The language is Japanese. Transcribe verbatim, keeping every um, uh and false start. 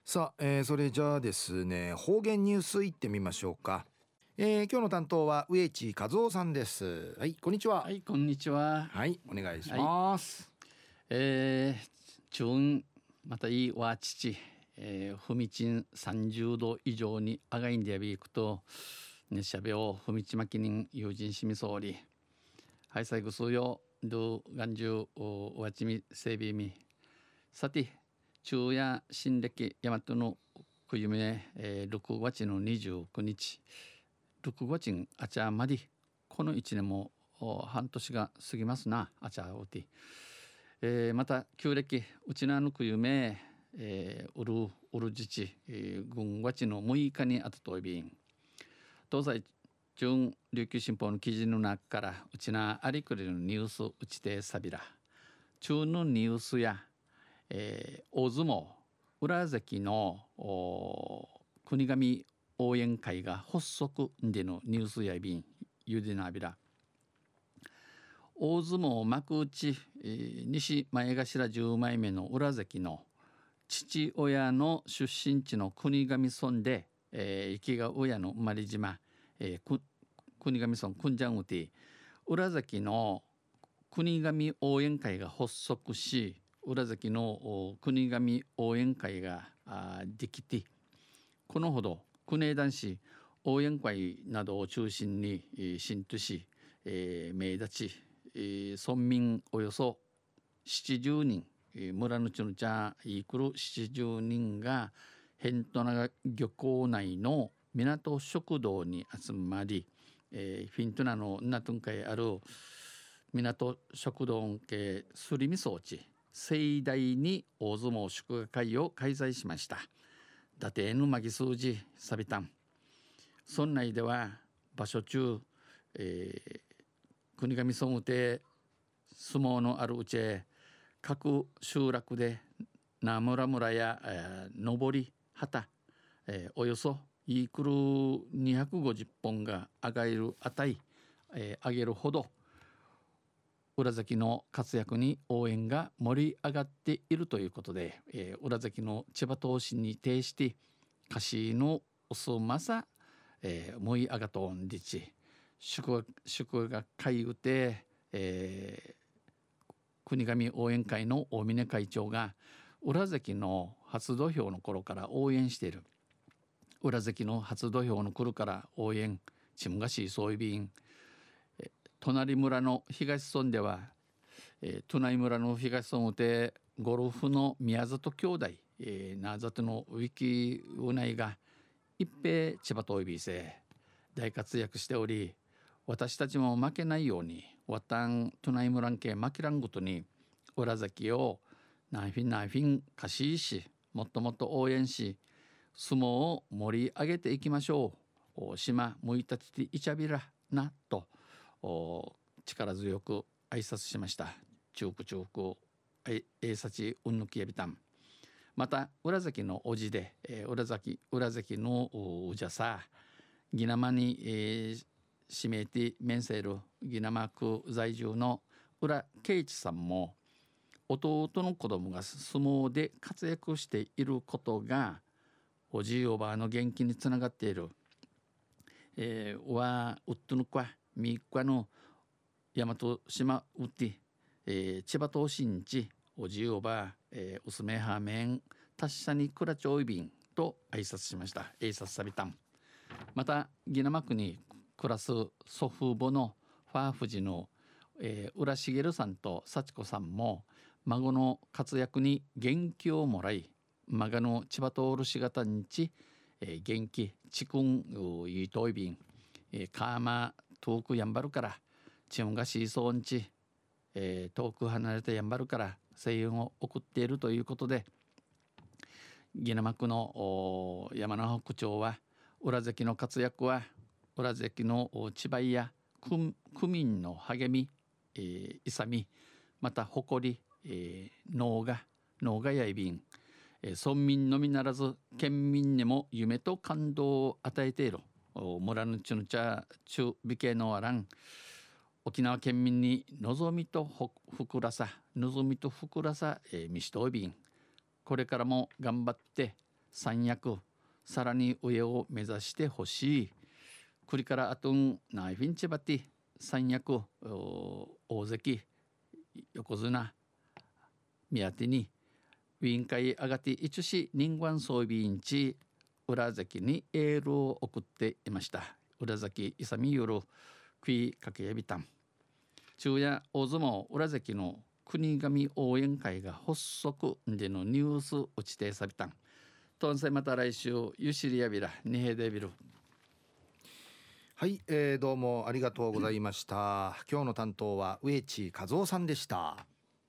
さあ、えーそれじゃあですね、方言ニュースいってみましょうか。えー今日の担当は植地和夫さんです。はい、こんにちは。 はい、こんにちは。 はい、お願いしはい、 ます。 えー、中運またいいわ父、えー、ふみちんさんじゅうど以上にあがいんでやびいくと、ねしゃべをふみちまきにん友人しみそうり、はい、最後数よ、どうがんじゅうおわちみせびみ、さて、昼夜新暦大和のくゆめ、えー、ろくがつのにじゅうくにち、ろくがつんあちゃまで、このいちねんもお半年が過ぎますな、あちゃおて。えー、また旧暦うちなぬくゆめ、えー、うるうる自治、えー、軍がちのむいかにあたといびん東西中琉球新報の記事の中からうちなありくりのニュースうちてさびら中のニュースや、えー、大相撲裏関の国神応援会が発足でのニュースやびんゆでなびら大相撲幕内、えー、西前頭じゅうまいめの裏関の父親の出身地の国頭村で、えー、生きが親の生まれ島、えー、国頭村くんじゃんうて裏関の国頭応援会が発足し裏関の国頭応援会ができてこのほど国枝男子応援会などを中心に新都市、えー、名立ちえー、村民およそななじゅうにん、えー、村のちのちゃいくるななじゅうにんがヘントナガ漁港内の港食堂に集まり、えー、フィントナのナトンカイある港食堂系すりみ装置盛大に大相撲祝賀会を開催しました。伊達のまぎ数字サビタン村内では場所中、えー国頭村で相撲のあるうちへ各集落で名村村や、えー、上り旗、えー、およそイークルにひゃくごじゅっぽんがあがえるあたい、えー、あげるほど裏崎の活躍に応援が盛り上がっているということで、えー、裏崎の千葉投手に呈して歌詞のおすまさ、えー、盛り上がとんりち祝祝賀会うて、えー、国頭応援会の大峰会長が裏関の初土俵の頃から応援している裏関の初土俵の頃から応援チムガシーソイビン隣村の東村では、えー、隣村の東村でゴルフの宮里兄弟、えー、なざとのウィキウナイが一平千葉といびせ大活躍しており私たちも負けないようにワタントナイムラン系負けらんごとに裏崎をナイフィンナイフィン貸ししもっともっと応援し相撲を盛り上げていきましょう島むいたちていちゃびらなと力強く挨拶しました。中国中国ええさちうんぬきやびたんまた裏崎のおじで、えー、裏崎裏崎のうじゃさギナマに、えー指名て面せるギナマ区在住の浦圭一さんも弟の子供が相撲で活躍していることがおじいおばあの元気につながっている、えー、わうっとぬかみっかの大和島うって、えー、千葉東新地おじいおばあ、えー、うすめはめん達者にくらちょいびんと挨拶しました。挨拶さびたんまたギナマ区に暮らす祖父母のファーフジの、えー、浦茂さんと幸子さんも孫の活躍に元気をもらい孫の千葉通るしがたんち、えー、元気ちくんいいといびん、えー、カーマ遠くやんばるからチムがシーソーんち、えー、遠く離れたやんばるから声援を送っているということでギナマ区の山野北町は裏関の活躍は裏関の千葉や区民の励み、えー、勇みまた誇り、えー、農が農がやいびん、えー、村民のみならず県民にも夢と感動を与えている村のちぬちゃ中美形のあらん沖縄県民に望みとふくらさ望みとふくらさ、えー、見しといびんこれからも頑張って三役さらに上を目指してほしい。これからあとんナイフィンチバティ三役大関横綱宮手にウィン会上がって一し人間装備員地裏関にエールを送っていました。裏関勇夜食いかけやびたん昼夜大相撲裏関の国神応援会が発足でのニュース打ちてさびたんとんせまた来週ゆしりやびらにへでびる。 はい、えー、どうもありがとうございました。今日の担当は植地和夫さんでした。